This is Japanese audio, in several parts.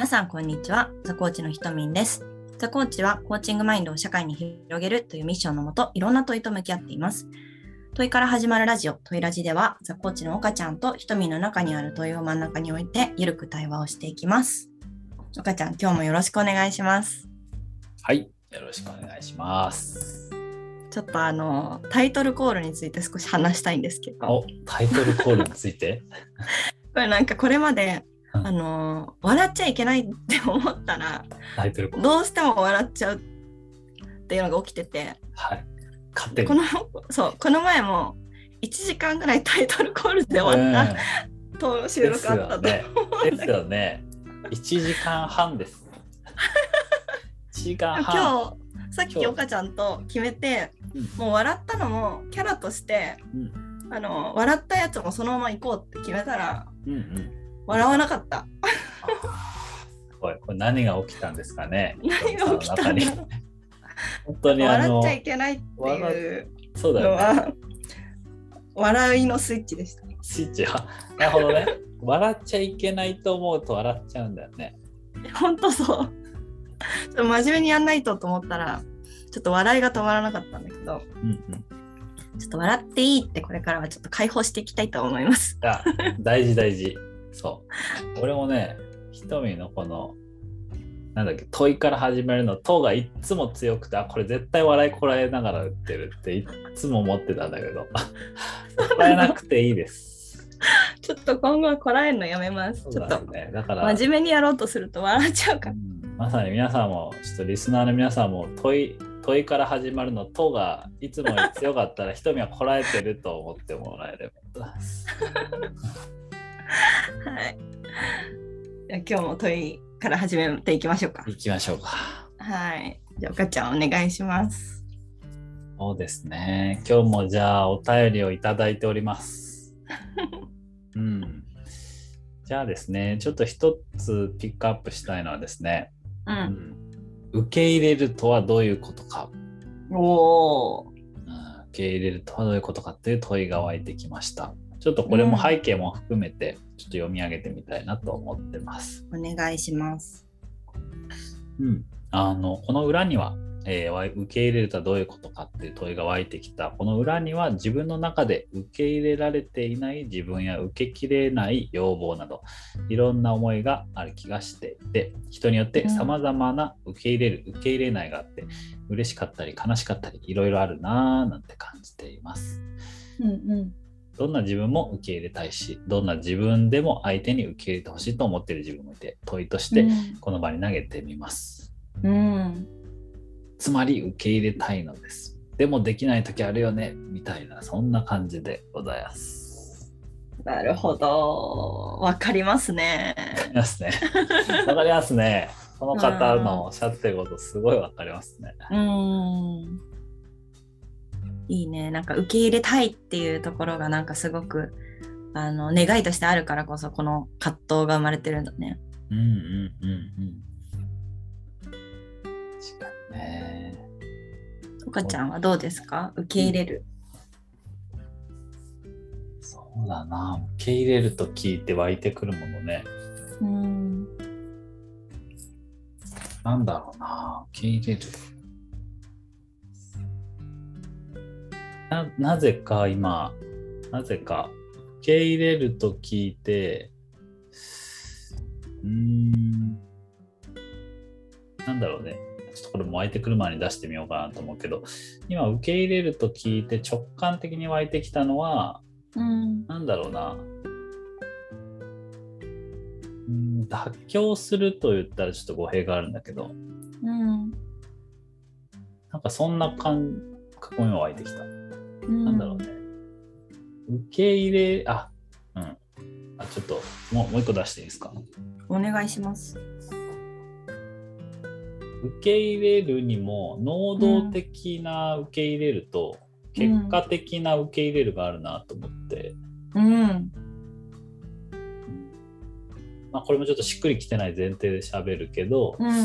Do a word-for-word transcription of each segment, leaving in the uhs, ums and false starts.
皆さんこんにちは。ザコーチのひとみんです。ザコーチはコーチングマインドを社会に広げるというミッションのもと、いろんな問いと向き合っています。問いから始まるラジオ、問いラジでは、ザコーチの岡ちゃんとひとみんの中にある問いを真ん中に置いて、ゆるく対話をしていきます。岡ちゃん、今日もよろしくお願いします。 はい、よろしくお願いします。 ちょっとあのタイトルコールについて少し話したいんですけど。 お、タイトルコールについてこれなんかこれまであの笑っちゃいけないって思ったらタイトルコールどうしても笑っちゃうっていうのが起きてて、 はい、勝手にこのそうこの前もいちじかんぐらいタイトルコールで終わった、うん、と収録あったと思うんだけど、 ですよね。いちじかんはんです。いちじかんはん。 今日さっき岡ちゃんと決めて、うん、もう笑ったのもキャラとして、うん、あの笑ったやつもそのまま行こうって決めたら、うんうん、笑わなかった。 すごい。これ何が起きたんですかね。 何が起きたんだろう。 本当にあの笑っちゃいけないっていうそうだよ、ね、 笑いのスイッチでした。 スイッチはなるほどね。笑っちゃいけないと思うと笑っちゃうんだよね。 本当そう。ちょっと真面目にやんないとと思ったらちょっと笑いが止まらなかったんだけど、うんうん、ちょっと笑っていいってこれからはちょっと解放していきたいと思います。 いや大事大事。そう俺もね、ひとみのこのなんだっけ問いから始めるのとがいっつも強くて、あこれ絶対笑いこらえながら打ってるっていっつも思ってたんだけどこらえなくていいです。 ちょっと今後はこらえるのやめます。 そうだね、 ちょっとだから真面目にやろうとすると笑っちゃうから、うん、 まさに皆さんもちょっとリスナーの皆さんも問い問いから始まるのとがいつもより強かったらひとみはこらえてると思ってもらえればはい。今日も問いから始めていきましょうか。 いきましょうか。 はい。じゃあ岡ちゃんお願いします。 そうですね。今日もじゃあお便りをいただいております。うん。じゃあですね、ちょっと一つピックアップしたいのはですね、うん、受け入れるとはどういうことか。 おー、うん、 受け入れるとはどういうことかっていう問いが湧いてきました。ちょっとこれも背景も含めてちょっと読み上げてみたいなと思ってます。 お願いします。 うん、あのこの裏には、えー、受け入れるとはどういうことかっていう問いが湧いてきた。この裏には自分の中で受け入れられていない自分や受けきれない要望などいろんな思いがある気がしていて、人によって様々な受け入れる、うん、受け入れないがあって嬉しかったり悲しかったりいろいろあるなぁなんて感じています。うんうん、どんな自分も受け入れたいし、どんな自分でも相手に受け入れてほしいと思っている自分もいて、問いとしてこの場に投げてみます。うん、つまり受け入れたいのです。でもできない時あるよねみたいな、そんな感じでございます。 なるほど、わかりますね。 わかりますね。わかりますね。この方のおっしゃってることすごいわかりますね。 うん。いいね。なんか受け入れたいっていうところがなんかすごくあの願いとしてあるからこそこの葛藤が生まれてるんだね。 うんうんうんうん。確かにね。 岡ちゃんはどうですか？受け入れる。 そうだな。受け入れると聞いて湧いてくるものね。うん。なんだろうな。受け入れる。な, なぜか今、なぜか受け入れると聞いて、うーん、なんだろうね。ちょっとこれも湧いてくる前に出してみようかなと思うけど、今受け入れると聞いて直感的に湧いてきたのは、うん、なんだろうな。うん、妥協すると言ったらちょっと語弊があるんだけど、うん、なんかそんな感覚が湧いてきた。うん、なんだろうね。受け入れ、あ、うん。あ、ちょっともう、もう一個出していいですか？ お願いします。 受け入れるにも能動的な受け入れると、うん、結果的な受け入れるがあるなと思って、うん。まあ、これもちょっとしっくりきてない前提で喋るけど、うんうん、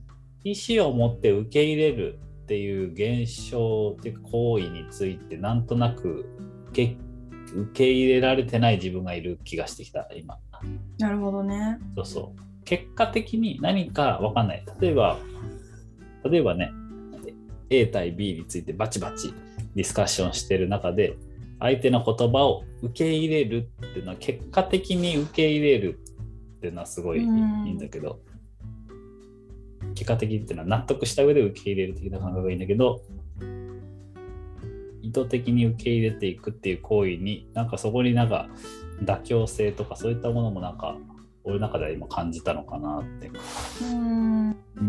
意思を持って受け入れるっていう現象っていうか行為についてなんとなく受け、受け入れられてない自分がいる気がしてきた今。 なるほどね。 そうそう。 結果的に何か分かんない。例えば、例えばね、A 対 B についてバチバチディスカッションしてる中で、相手の言葉を受け入れるっていうのは、結果的に受け入れるっていうのはすごいいいんだけど、結果的っていうのは納得した上で受け入れる的な感覚がいいんだけど、意図的に受け入れていくっていう行為に、なんかそこになんか妥協性とかそういったものもなんか俺の中では今感じたのかなって。うーん、うん、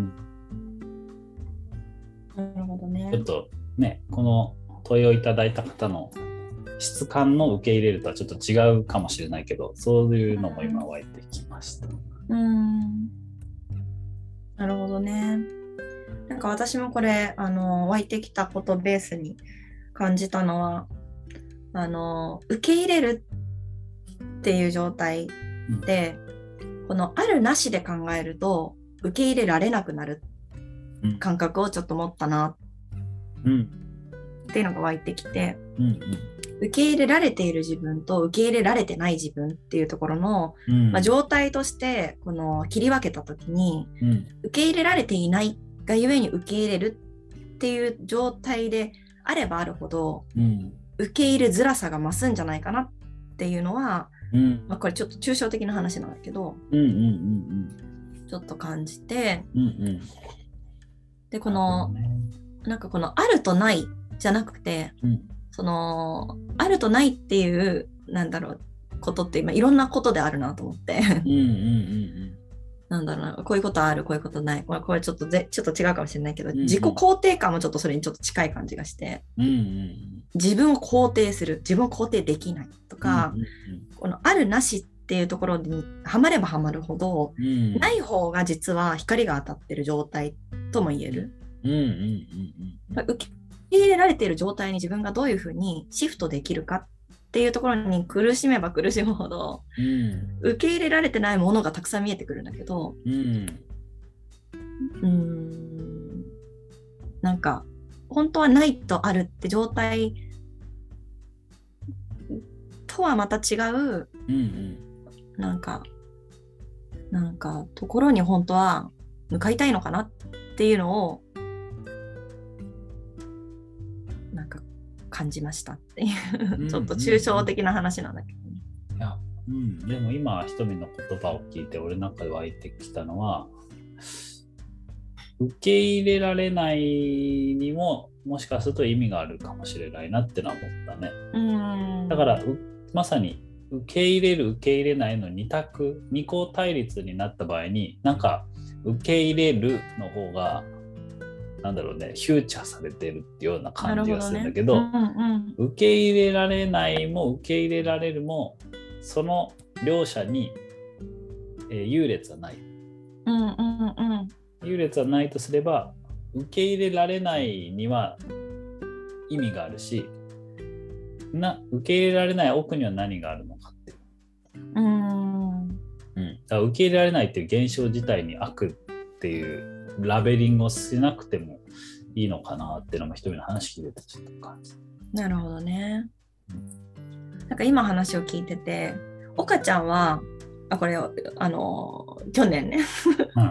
なるほどね。 ちょっとね、この問いをいただいた方の質感の受け入れるとはちょっと違うかもしれないけど、そういうのも今湧いてきました。 うーん、なるほどね。なんか私もこれあの湧いてきたことベースに感じたのは、あの受け入れるっていう状態で、うん、このあるなしで考えると受け入れられなくなる感覚をちょっと持ったなっていうのが湧いてきて、うんうん、受け入れられている自分と受け入れられてない自分っていうところの、うんまあ、状態としてこの切り分けた時に、うん、受け入れられていないがゆえに受け入れるっていう状態であればあるほど、うん、受け入れづらさが増すんじゃないかなっていうのは、うんまあ、これちょっと抽象的な話なんだけど、うんうんうんうん、ちょっと感じて、うんうん、でこのなんかこのあるとないじゃなくて、うん、そのあるとないっていうなんだろうことって今いろんなことであるなと思ってうんうんうん、うん、なんだろうな、こういうことあるこういうことない、これ、これちょっとぜちょっと違うかもしれないけど、うんうん、自己肯定感もちょっとそれにちょっと近い感じがして、うんうん、自分を肯定する、自分を肯定できないとか、うんうんうん、このあるなしっていうところにはまればはまるほど、うん、ない方が実は光が当たってる状態とも言える、うんうんうんうん、受け入れられている状態に自分がどういうふうにシフトできるかっていうところに苦しめば苦しむほど、うん、受け入れられてないものがたくさん見えてくるんだけど、うん、うーんなんか本当はないとあるって状態とはまた違う、うんうん、なんかなんかところに本当は向かいたいのかなっていうのをなんか感じましたっていうちょっと抽象的な話なんだけどね。 いや、うん、でも今ひとみの言葉を聞いて俺の中で湧いてきたのは、受け入れられないにももしかすると意味があるかもしれないなってのは思ったね。うんだからまさに受け入れる受け入れないの二択二項対立になった場合に、なんか受け入れるの方がなんだろうね、フューチャーされてるっていうような感じがするんだけど、どねうんうんうん、受け入れられないも受け入れられるもその両者に、えー、優劣はない、うんうんうん、優劣はないとすれば受け入れられないには意味があるし、な受け入れられない奥には何があるのかっていう、うんうん、だから受け入れられないっていう現象自体に悪っていうラベリングをしなくてもいいのかなっていうのも一人の話聞いててちょっと感じ。 なるほどね、うん、なんか今話を聞いてて岡ちゃんはあこれあの去年ね、うん、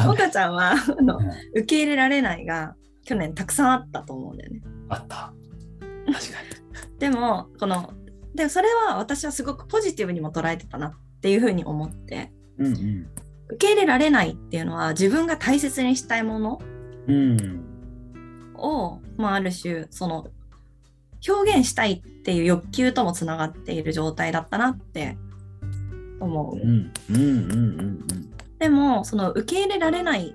岡ちゃんはあの、うん、受け入れられないが去年たくさんあったと思うんだよね。 あった確かにでもこのでもそれは私はすごくポジティブにも捉えてたなっていうふうに思って、うんうん受け入れられないっていうのは自分が大切にしたいものを、うんまあ、ある種その表現したいっていう欲求ともつながっている状態だったなって思う。うんうんうんうんうん、でもその受け入れられない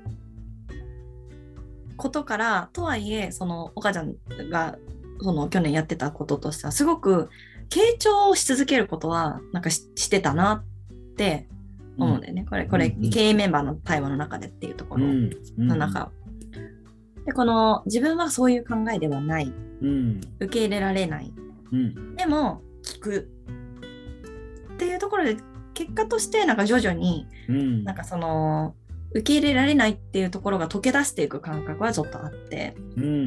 ことからとはいえその岡ちゃんがその去年やってたこととしてはすごく傾聴をし続けることはなんか し, してたなって思うんだよね。これ、これ、うんうん、経営メンバーの対話の中でっていうところの中、うんうん、で、この自分はそういう考えではない、うん、受け入れられない、うん、でも聞くっていうところで結果としてなんか徐々に、うん、なんかその受け入れられないっていうところが溶け出していく感覚はちょっとあって、うんうんうん、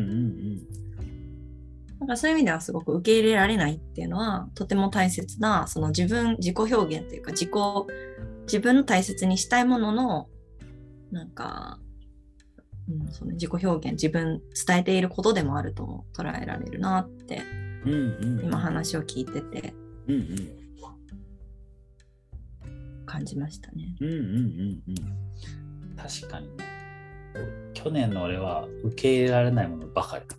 なんかそういう意味ではすごく受け入れられないっていうのはとても大切なその自分自己表現というか自己自分の大切にしたいもののなんか、うん、その自己表現、自分伝えていることでもあるとも捉えられるなって、うんうん、今話を聞いてて、うんうん、感じましたね。 うんうんうんうん、確かにね。去年の俺は受け入れられないものばかりだ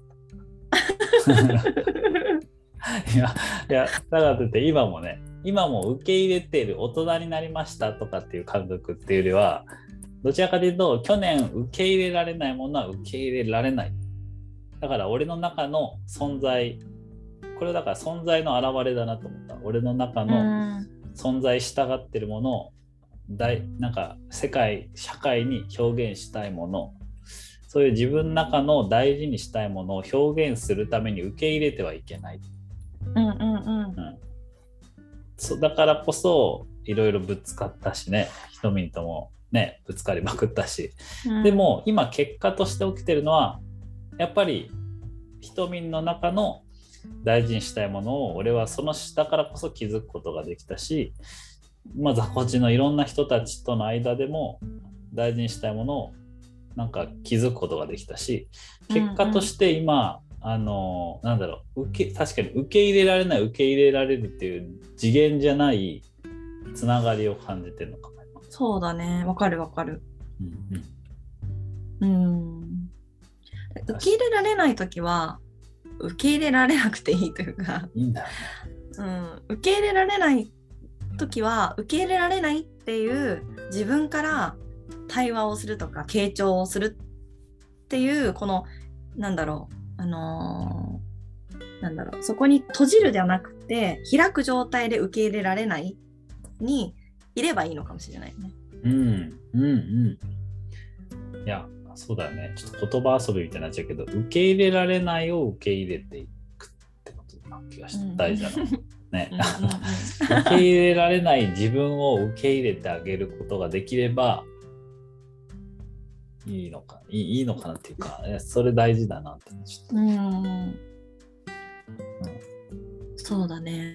いや、いやだからといって今もね、今も受け入れている、大人になりましたとかっていう感覚っていうよりは、どちらかというと去年受け入れられないものは受け入れられない。だから俺の中の存在、これだから存在の表れだなと思った。俺の中の存在したがってるものを大なんか世界社会に表現したいもの、そういう自分の中の大事にしたいものを表現するために受け入れてはいけない。うんうんうんうん、そうだからこそいろいろぶつかったしね、ひとみんともねぶつかりまくったし、うん、でも今結果として起きてるのはやっぱりひとみんの中の大事にしたいものを俺はその下からこそ気づくことができたし、まあ座コチのいろんな人たちとの間でも大事にしたいものをなんか気づくことができたし、結果として今、うんうん、あのなんだろう、受け確かに受け入れられない受け入れられるっていう次元じゃないつながりを感じてるのかも。 そうだね、わかるわかる。うん、うん、うん受け入れられないときは受け入れられなくていいというか、 いいんだよね。 うん、受け入れられないときは受け入れられないっていう自分から対話をするとか傾聴をするっていうこのなんだろうあのー、なんだろうそこに閉じるではなくて開く状態で受け入れられないにいればいいのかもしれないね。 うんうんうん。いやそうだよね。ちょっと言葉遊びみたいになっちゃうけど、受け入れられないを受け入れていくってことな気がして、うん、大事なのね。受け入れられない自分を受け入れてあげることができればいいのかいい、いいのかなっていうか、それ大事だなってちょっと。うん、うん、 そうだね。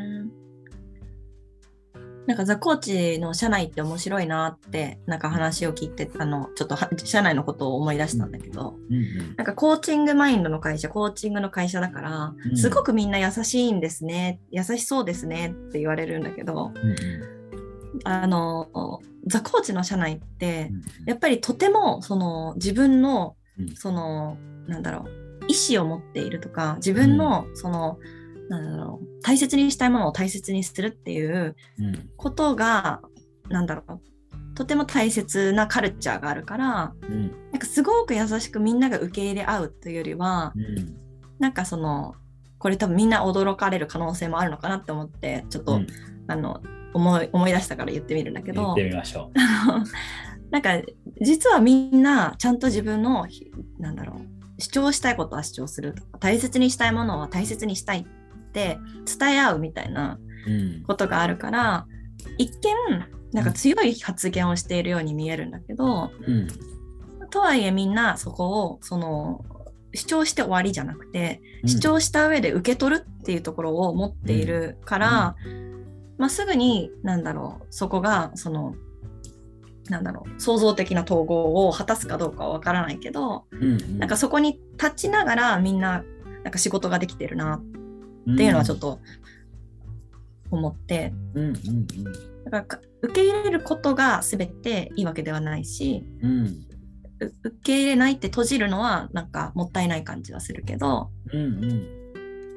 なんかザコーチの社内って面白いなってなんか話を聞いてあのちょっと社内のことを思い出したんだけど、うんうん、なんかコーチングマインドの会社コーチングの会社だから、うん、すごくみんな優しいんですね優しそうですねって言われるんだけど、うんうん、あのザコーチの社内ってやっぱりとてもその自分のそのなんだろう意思を持っているとか自分のその、うんなんだろう大切にしたいものを大切にするっていうことが、うん、なんだろうとても大切なカルチャーがあるから、うん、なんかすごく優しくみんなが受け入れ合うというよりは、うん、なんかそのこれ多分みんな驚かれる可能性もあるのかなって思ってちょっと、うん、あの思い、思い出したから言ってみるんだけど、 言ってみましょうなんか実はみんなちゃんと自分のなんだろう主張したいことは主張するとか大切にしたいものは大切にしたいで伝え合うみたいなことがあるから、うん、一見なんか強い発言をしているように見えるんだけど、うん、とはいえみんなそこをその主張して終わりじゃなくて、うん、主張した上で受け取るっていうところを持っているから、うんうんまあ、すぐになんだろうそこがそのなんだろう創造的な統合を果たすかどうかはわからないけど、うんうん、なんかそこに立ちながらみんななんか仕事ができてるなっていうのはちょっと思って、うんうんうん、だから受け入れることが全ていいわけではないし、うん、受け入れないって閉じるのはなんかもったいない感じはするけど、うんうん、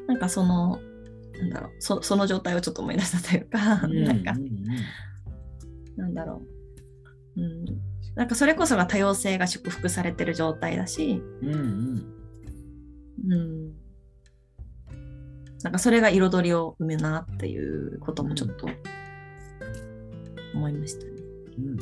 なんかそのなんだろう そ, その状態をちょっと思い出したというか、うんうんうん、なんかなんだろう、うん、なんかそれこそが多様性が祝福されてる状態だし、うんうんうんなんかそれが彩りを生むなっていうこともちょっと思いましたね。うんうん、い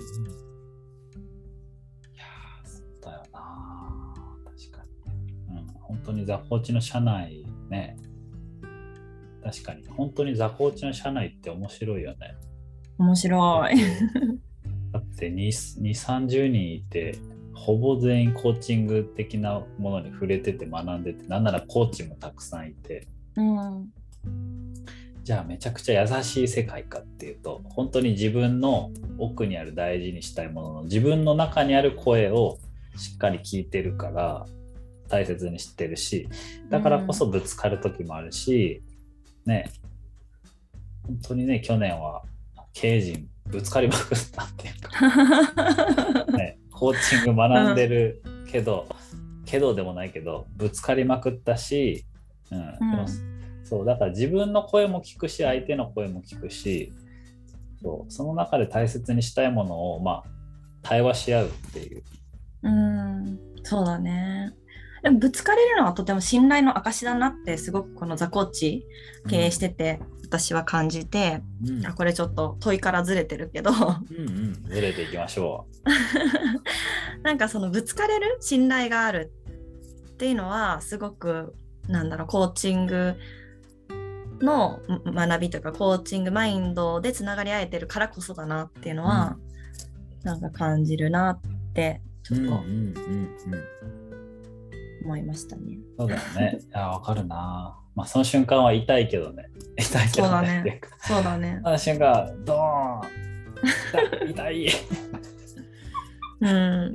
やそうだよな確かに、うん、本当にザコーチの社内ね確かに本当にザコーチの社内って面白いよね。 面白い。 だってにじゅう、さんじゅうにんいてほぼ全員コーチング的なものに触れてて学んでてなんならコーチもたくさんいて。うん、 じゃあめちゃくちゃ優しい世界かっていうと、本当に自分の奥にある大事にしたいものの自分の中にある声をしっかり聞いてるから大切にしてるし、だからこそぶつかる時もあるし、うん、ね、本当にね、去年は経営陣ぶつかりまくったっていうか、ね、コーチング学んでるけど、うん、けどでもないけどぶつかりまくったし、うん、うん、でもそうだから自分の声も聞くし相手の声も聞くし、そうその中で大切にしたいものをまあ対話し合うっていう。 うーん、そうだね。でもぶつかれるのはとても信頼の証だなってすごくこのザコーチ経営してて、うん、私は感じて、うん、あこれちょっと問いからずれてるけど、 うんうん、ずれていきましょう。なんかそのぶつかれる信頼があるっていうのはすごくなんだろう、コーチングの学びというかコーチングマインドでつながり合えてるからこそだなっていうのは、うん、なんか感じるなってちょっと思いましたね。 そうだよね。いや、わかるな。まあその瞬間は痛いけどね。痛いけどね。 そうだね。 その瞬間ドーン痛いうん、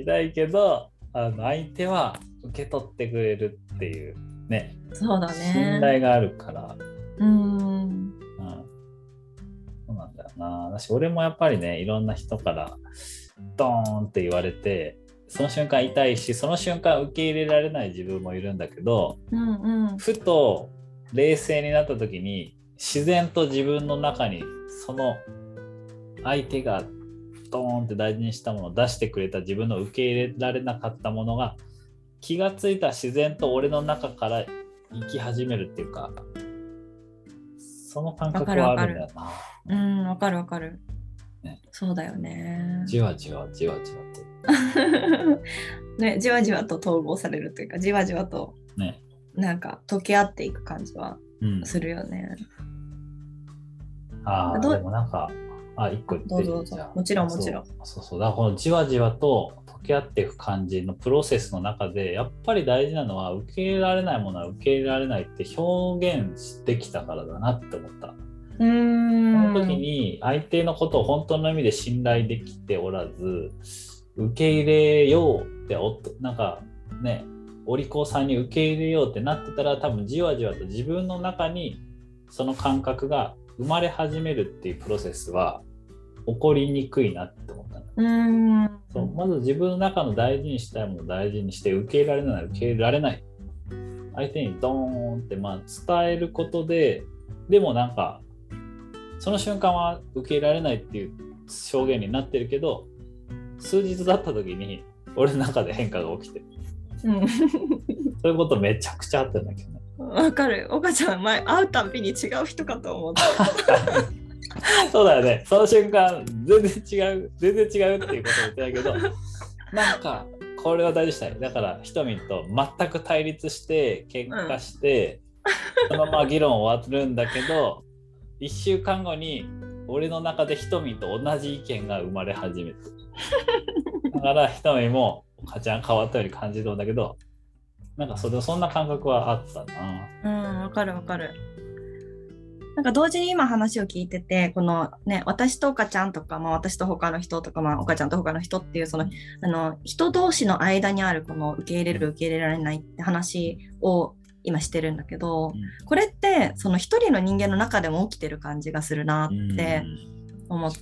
痛いけどあの相手は受け取ってくれるっていうね。 そうだね。 信頼があるから。 うん、うん、 そうなんだよな。私俺もやっぱりね、いろんな人からドーンって言われて、その瞬間痛いし、その瞬間受け入れられない自分もいるんだけど、 うんうん、 ふと冷静になった時に自然と自分の中にその相手がドーンって大事にしたものを出してくれた自分の受け入れられなかったものが気がついたら自然と俺の中から生き始めるっていうか、その感覚はあるんだよな。 うん、わかるわかる、ね。そうだよね。 じわじわじわじわと。 ね、じわじわと統合されるというか、じわじわとね、 なんか溶け合っていく感じはするよね。 うん、ああ、でもなんか、あ、一個言っていい？ どうぞどうぞ。もちろんもちろん。 そうそうそう。だからこのじわじわと溶け合っていく感じのプロセスの中で、やっぱり大事なのは受け入れられないものは受け入れられないって表現してきたからだなって思った。 うーん。 その時に相手のことを本当の意味で信頼できておらず、受け入れようっておっとなんかね、お利口さんに受け入れようってなってたら、多分じわじわと自分の中にその感覚が生まれ始めるっていうプロセスは起こりにくいなって思ったの。 うーん。 そう、まず自分の中の大事にしたいものを大事にして、受け入れられない受け入れられない相手にドーンってまあ伝えることで、でもなんかその瞬間は受け入れられないっていう表現になってるけど、数日経った時に俺の中で変化が起きてる、うん、そういうことめちゃくちゃあったんだけどね。 わかる。岡ちゃん前会うたびに違う人かと思ったそうだよね。その瞬間全然違う全然違うっていうこと言ってたけど、なんかこれは大事したい。だからひとみんと全く対立して喧嘩して、うん、そのまま議論終わるんだけどいっしゅうかんごに俺の中でひとみんと同じ意見が生まれ始めてだからひとみんもお母ちゃん変わったように感じるんだけど、なんかそれそんな感覚はあったな。うん、わかるわかる。なんか同時に今話を聞いてて、このね、私と岡ちゃんとか、まあ、私と他の人とか、まあ、岡ちゃんと他の人っていうその、あの人同士の間にあるこの受け入れる受け入れられないって話を今してるんだけど、うん、これってその一人の人間の中でも起きてる感じがするなって思って、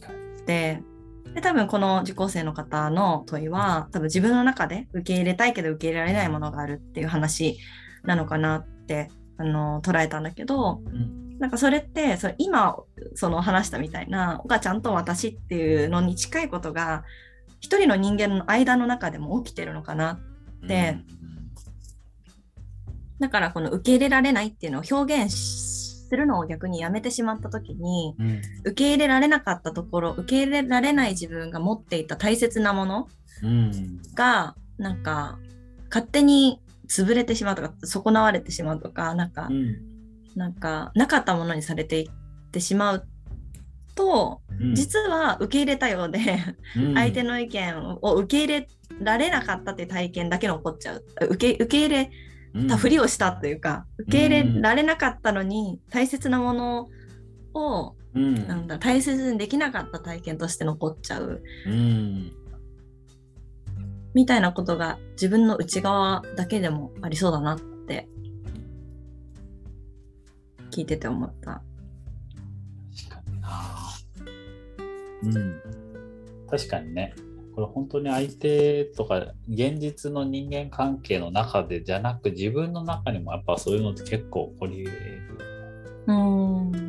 うん、で多分この受講生の方の問いは多分自分の中で受け入れたいけど受け入れられないものがあるっていう話なのかなってあの捉えたんだけど、うん、なんかそれってそれ今その話したみたいな岡ちゃんと私っていうのに近いことが一人の人間の間の中でも起きてるのかなって、うん、だからこの受け入れられないっていうのを表現するのを逆にやめてしまった時に、うん、受け入れられなかったところ、受け入れられない自分が持っていた大切なものが、うん、なんか勝手に潰れてしまうとか損なわれてしまうとかなんか、うん、なんかなかったものにされていってしまうと、うん、実は受け入れたようで、うん、相手の意見を受け入れられなかったっていう体験だけ残っちゃう。受け、受け入れたふりをしたというか、うん、受け入れられなかったのに大切なものを、 うん、 なんだ大切にできなかった体験として残っちゃう、 うん、 みたいなことが自分の内側だけでもありそうだなって聞いてて思った。 確かにな。うん、確かにね。これ本当に相手とか現実の人間関係の中でじゃなく、自分の中にもやっぱそういうのって結構起こり得る。 うーん。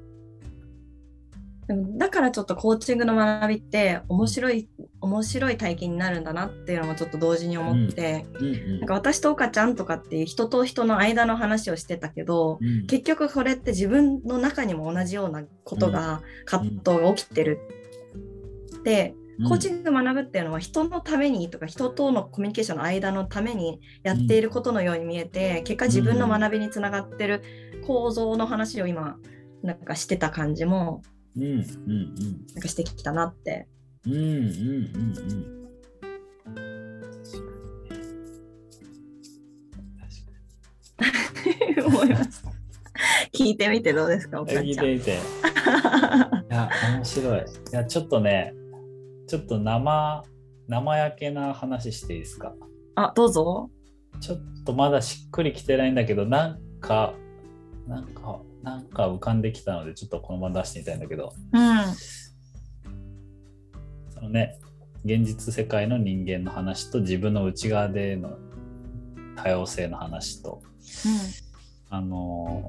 でもだからちょっとコーチングの学びって面白い、うん、面白い体験になるんだなっていうのもちょっと同時に思って、うんうんうん、なんか私と岡ちゃんとかっていう人と人の間の話をしてたけど、うん、結局これって自分の中にも同じようなことが、うん、葛藤が起きてるで、コーチング学ぶっていうのは人のためにとか人とのコミュニケーションの間のためにやっていることのように見えて、結果自分の学びにつながってる構造の話を今なんかしてた感じもうんうんうん、 なんかしてきたなって。 うんうんうんうん。 確かに。思います。聞いてみてどうですか、おかちゃん。 聞いてみて。いや、面白い。いや、ちょっとね、ちょっと生、生焼けな話していいですか？ あ、どうぞ。 ちょっとまだしっくりきてないんだけど、なんか、なんか、なんか浮かんできたのでちょっとこのまま出してみたいんだけど、 うん、 そのね、現実世界の人間の話と自分の内側での多様性の話と、 うん、 あの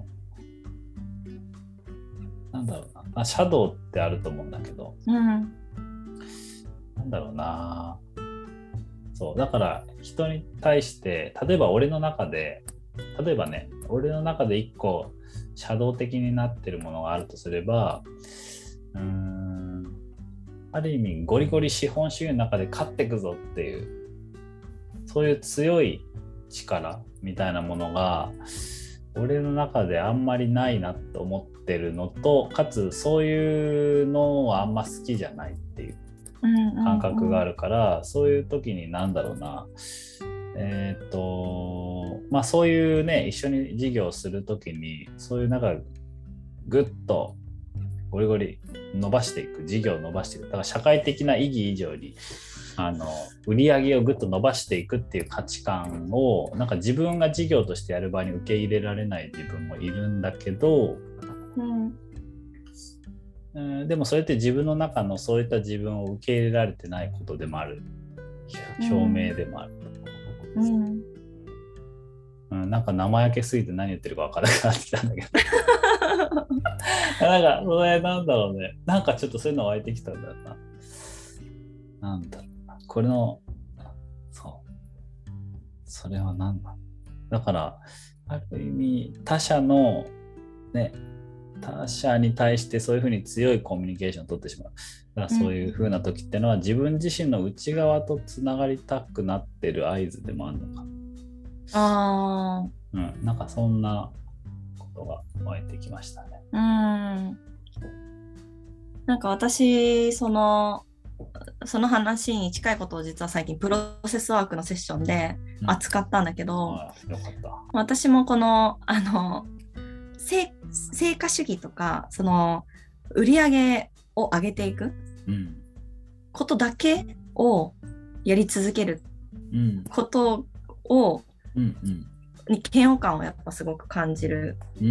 なんだろうな、シャドウってあると思うんだけど、 うん、 なんだろうな、そうだから人に対して例えば俺の中で例えばね俺の中で一個シャドウ的になってるものがあるとすれば、うーんある意味ゴリゴリ資本主義の中で勝っていくぞっていうそういう強い力みたいなものが俺の中であんまりないなと思ってるのと、かつそういうのはあんま好きじゃないっていう感覚があるから、うんうんうん、そういう時になんだろうな、えーっとまあそういうね一緒に事業をする時にそういうなんかグッとゴリゴリ伸ばしていく、事業を伸ばしていく、だから社会的な意義以上にあの売り上げをぐっと伸ばしていくっていう価値観をなんか自分が事業としてやる場合に受け入れられない自分もいるんだけど、 うんうん、でもそれって自分の中のそういった自分を受け入れられてないことでもある、表明でもある、 うんうん、なんか生焼けすぎて何言ってるか分からなくなってきたんだけどなんかそれなんだろうね、なんかちょっとそういうの湧いてきたんだよな。なんだろうな、これのそうそれは何だ、だからある意味他者のね他者に対してそういうふうに強いコミュニケーションを取ってしまう。だからそういうふうな時ってのは、うん、自分自身の内側とつながりたくなってる合図でもあるのか。 あうん、なんかそんなことが湧いてきましたね。 うん。なんか私そのその話に近いことを実は最近プロセスワークのセッションで扱ったんだけど、うん、 ああよかった。 私もこのあの成, 成果主義とかその売り上げを上げていくことだけをやり続けることを、うんうん、に嫌悪感をやっぱすごく感じる、うんうん、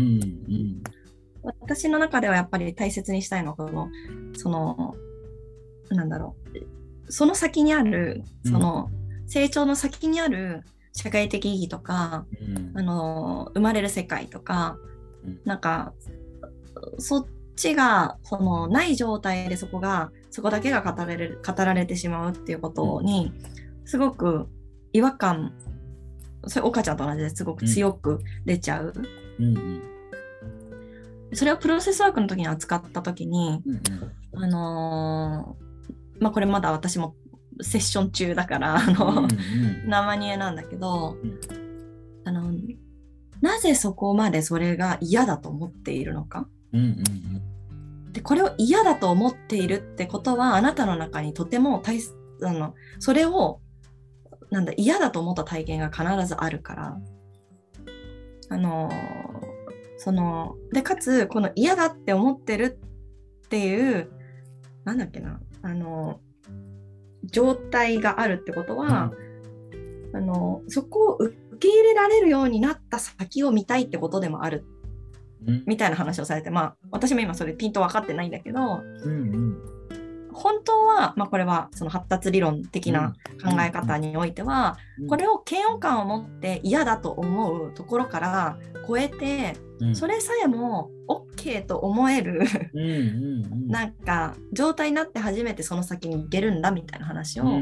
私の中ではやっぱり大切にしたいのはこのそのなんだろうその先にあるその成長の先にある社会的意義とか、うん、あの生まれる世界とかなんかそっちがそのない状態でそこがそこだけが語られる語られてしまうっていうことにすごく違和感、それ岡ちゃんと同じですごく強く出ちゃう、うんうんうん、それをプロセスワークの時に扱った時に、うんうん、あのー、まあこれまだ私もセッション中だからあの、うんうん、生煮えなんだけど、うん、あのなぜそこまでそれが嫌だと思っているのか、うんうんうん、でこれを嫌だと思っているってことはあなたの中にとても大あのそれをなんだ嫌だと思った体験が必ずあるから、あのそのでかつこの嫌だって思ってるっていうなんだっけなあの状態があるってことは、うん、あのそこを受け入れられるようになった先を見たいってことでもある、うん、みたいな話をされて、まあ私も今それピンと分かってないんだけど、うんうん、本当は、まあ、これはその発達理論的な考え方においては、うん、これを嫌悪感を持って嫌だと思うところから超えて、うん、それさえも OK と思えるうんうん、うん、なんか状態になって初めてその先に行けるんだみたいな話を、うんうん、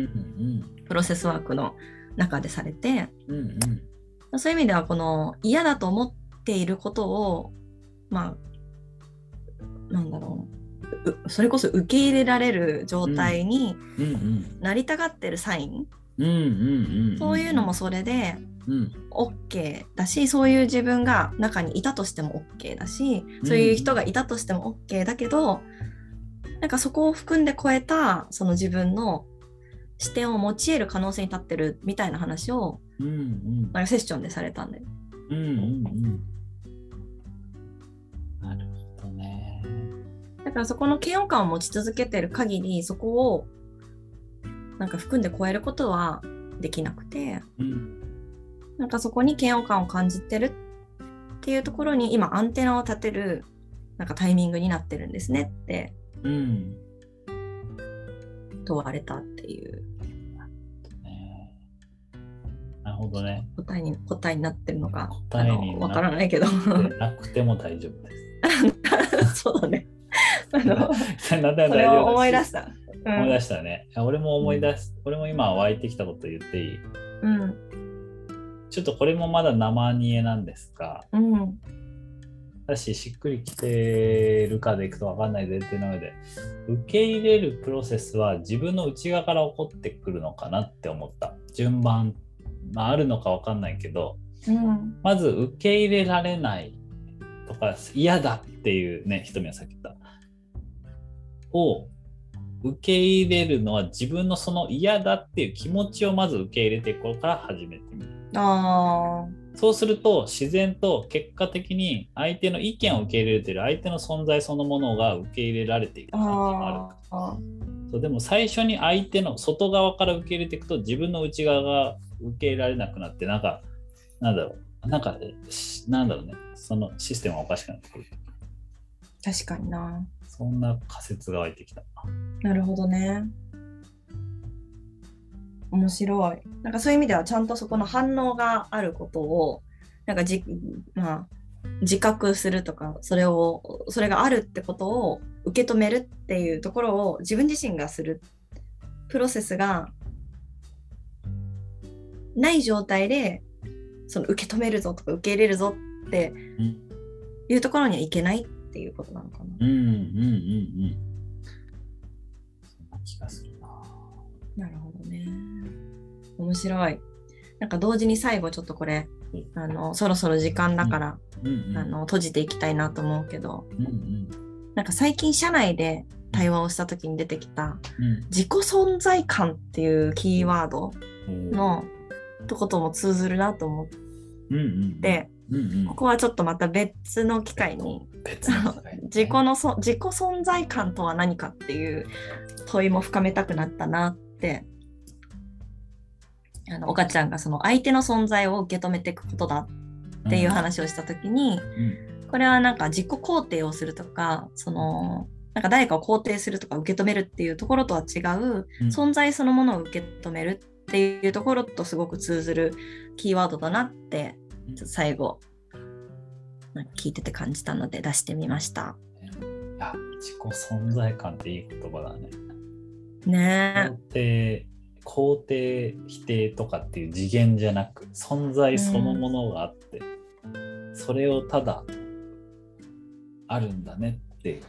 プロセスワークの中でされて、うんうん、そういう意味ではこの嫌だと思っていることをまあなんだろうそれこそ受け入れられる状態になりたがってるサイン、そういうのもそれで OK だし、そういう自分が中にいたとしても OK だし、そういう人がいたとしても OK だけど、なんかそこを含んで超えたその自分の視点を持ち得る可能性に立ってるみたいな話を、うんうん、なんかセッションでされたんだよ。うんうんうん、 なるほどね。 だからそこの嫌悪感を持ち続けてる限り、そこをなんか含んで超えることはできなくて、うん、なんかそこに嫌悪感を感じてるっていうところに今アンテナを立てるなんかタイミングになってるんですねって、うん、問われたっていう。 なるほどね。 答えに答えになってるのか答えにわからないけどなくても大丈夫です。そうだね。あのそれを思い出した。 うん、思い出したね。俺も思い出す。うん、俺も今湧いてきたこと言っていい？うん。ちょっとこれもまだ生煮えなんですが、うん。だししっくりきてるかでいくと分かんない前提の上で、受け入れるプロセスは自分の内側から起こってくるのかなって思った。順番、まあ、あるのか分かんないけど、うん、まず受け入れられないとか嫌だっていうね、ひとみはさっき言ったを受け入れるのは自分のその嫌だっていう気持ちをまず受け入れていくことから始めてみる。あそうすると自然と結果的に相手の意見を受け入れている相手の存在そのものが受け入れられていく感じもある。あそうでも最初に相手の外側から受け入れていくと自分の内側が受け入れられなくなってなんかなんだろうなんかなんだろうねそのシステムがおかしくなってくる。 確かにな。 そんな仮説が湧いてきた。 なるほどね。面白い。なんかそういう意味ではちゃんとそこの反応があることをなんかじ、まあ、自覚するとかそれをそれがあるってことを受け止めるっていうところを自分自身がするプロセスがない状態でその受け止めるぞとか受け入れるぞっていうところにはいけないっていうことなのかな。うんうんうんうん。 そんな気がするな。 なるほどね。面白い。なんか同時に最後ちょっとこれ、うん、あのそろそろ時間だから、うんうん、あの閉じていきたいなと思うけど、うんうん、なんか最近社内で対話をした時に出てきた、うん、自己存在感っていうキーワードの、うん、とことも通ずるなと思って、うんうんうん、ここはちょっとまた別の機会に別の機会に、ね、自己のそ自己存在感とは何かっていう問いも深めたくなったなってあの岡ちゃんがその相手の存在を受け止めていくことだっていう話をしたときに、うん、これはなんか自己肯定をするとかそのなんか誰かを肯定するとか受け止めるっていうところとは違う、うん、存在そのものを受け止めるっていうところとすごく通ずるキーワードだなってちょっと最後なんか聞いてて感じたので出してみました。 いや自己存在感っていい言葉だね。 ねえ。肯定否定とかっていう次元じゃなく存在そのものがあって、うん、それをただあるんだねっていう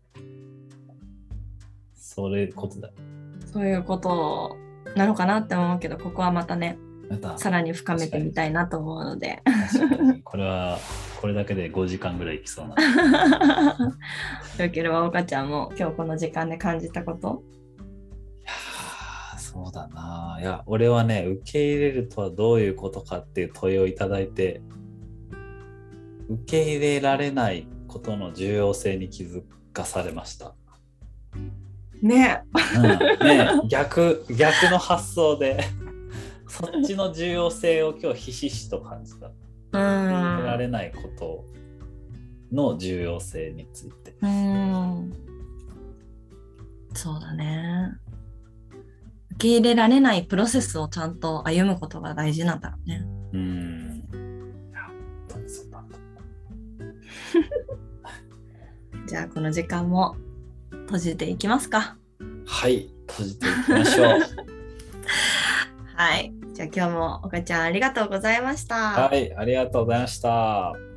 そういうことだ。 そういうことなのかなって思うけどここはまたねさらに深めてみたいなと思うのでこれはこれだけでごじかんぐらいいきそうなよければ岡ちゃんも今日この時間で感じたこと。 いやそうだな。いや俺はね受け入れるとはどういうことかっていう問いをいただいて受け入れられないことの重要性に気づかされました。 ね、 うんね、逆逆の発想でそっちの重要性を今日ひしひしと感じた。受け入れられないことの重要性について。 うん、そうだね。受け入れられないプロセスをちゃんと歩むことが大事なんだろうね。 うん。いや、本当にそうなんだ。 じゃあこの時間も閉じていきますか。 はい、閉じていきましょう。 はい、じゃあ今日も岡ちゃんありがとうございました。 はい、ありがとうございました。